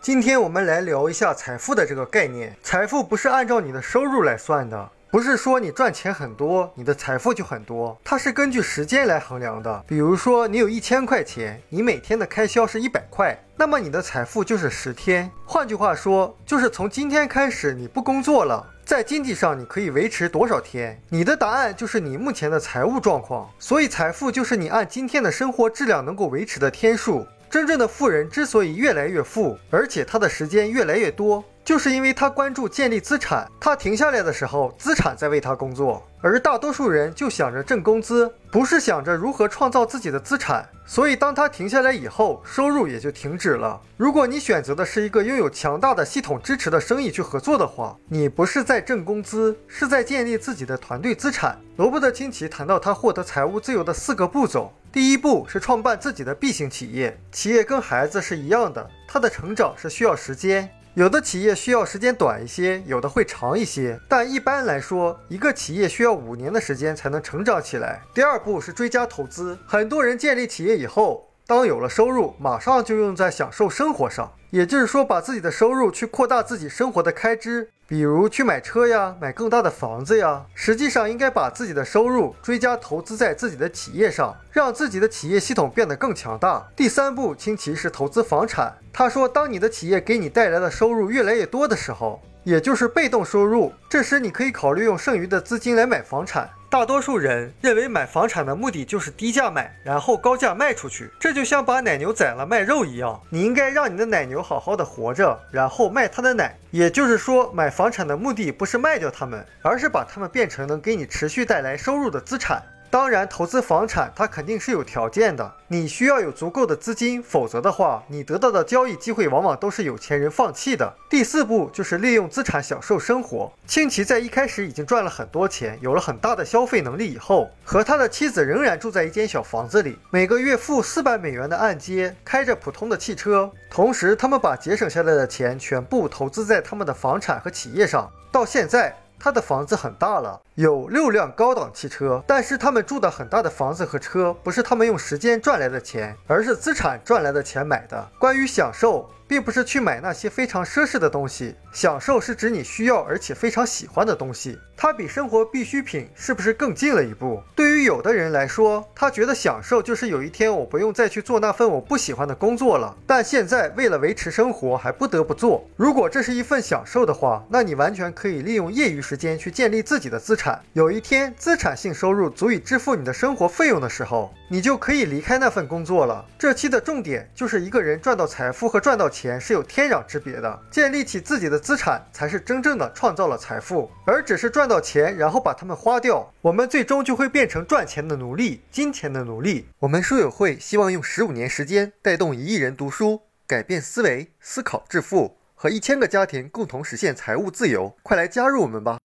今天我们来聊一下财富的这个概念。财富不是按照你的收入来算的，不是说你赚钱很多，你的财富就很多，它是根据时间来衡量的。比如说你有1000块钱，你每天的开销是100块，那么你的财富就是10天。换句话说，就是从今天开始你不工作了，在经济上你可以维持多少天？你的答案就是你目前的财务状况。所以财富就是你按今天的生活质量能够维持的天数。真正的富人之所以越来越富，而且他的时间越来越多，就是因为他关注建立资产，他停下来的时候，资产在为他工作。而大多数人就想着挣工资，不是想着如何创造自己的资产，所以当他停下来以后，收入也就停止了。如果你选择的是一个拥有强大的系统支持的生意去合作的话，你不是在挣工资，是在建立自己的团队资产。罗伯特清崎谈到他获得财务自由的4个步骤，第一步是创办自己的 B 型企业。企业跟孩子是一样的，它的成长是需要时间。有的企业需要时间短一些，有的会长一些，但一般来说，一个企业需要5年的时间才能成长起来。第二步是追加投资。很多人建立企业以后，当有了收入，马上就用在享受生活上，也就是说把自己的收入去扩大自己生活的开支，比如去买车呀，买更大的房子呀。实际上应该把自己的收入追加投资在自己的企业上，让自己的企业系统变得更强大。第三步，清崎是投资房产。他说，当你的企业给你带来的收入越来越多的时候，也就是被动收入，这时你可以考虑用剩余的资金来买房产。大多数人认为买房产的目的就是低价买，然后高价卖出去，这就像把奶牛宰了卖肉一样。你应该让你的奶牛好好的活着，然后卖它的奶。也就是说，买房产的目的不是卖掉它们，而是把它们变成能给你持续带来收入的资产。当然，投资房产它肯定是有条件的，你需要有足够的资金，否则的话，你得到的交易机会往往都是有钱人放弃的。第4步就是利用资产享受生活。清崎在一开始已经赚了很多钱，有了很大的消费能力以后，和他的妻子仍然住在一间小房子里，每个月付400美元的按揭，开着普通的汽车，同时他们把节省下来的钱全部投资在他们的房产和企业上。到现在，他的房子很大了，有6辆高档汽车，但是他们住的很大的房子和车不是他们用时间赚来的钱，而是资产赚来的钱买的。关于享受，并不是去买那些非常奢侈的东西，享受是指你需要而且非常喜欢的东西，它比生活必需品是不是更近了一步？对于有的人来说，他觉得享受就是有一天我不用再去做那份我不喜欢的工作了，但现在为了维持生活还不得不做。如果这是一份享受的话，那你完全可以利用业余时间去建立自己的资产。有一天资产性收入足以支付你的生活费用的时候，你就可以离开那份工作了。这期的重点就是一个人赚到财富和赚到钱是有天壤之别的，建立起自己的资产才是真正的创造了财富，而只是赚到钱然后把它们花掉，我们最终就会变成赚钱的奴隶，金钱的奴隶。我们书友会希望用15年时间带动1亿人读书，改变思维，思考致富，和1000个家庭共同实现财务自由，快来加入我们吧。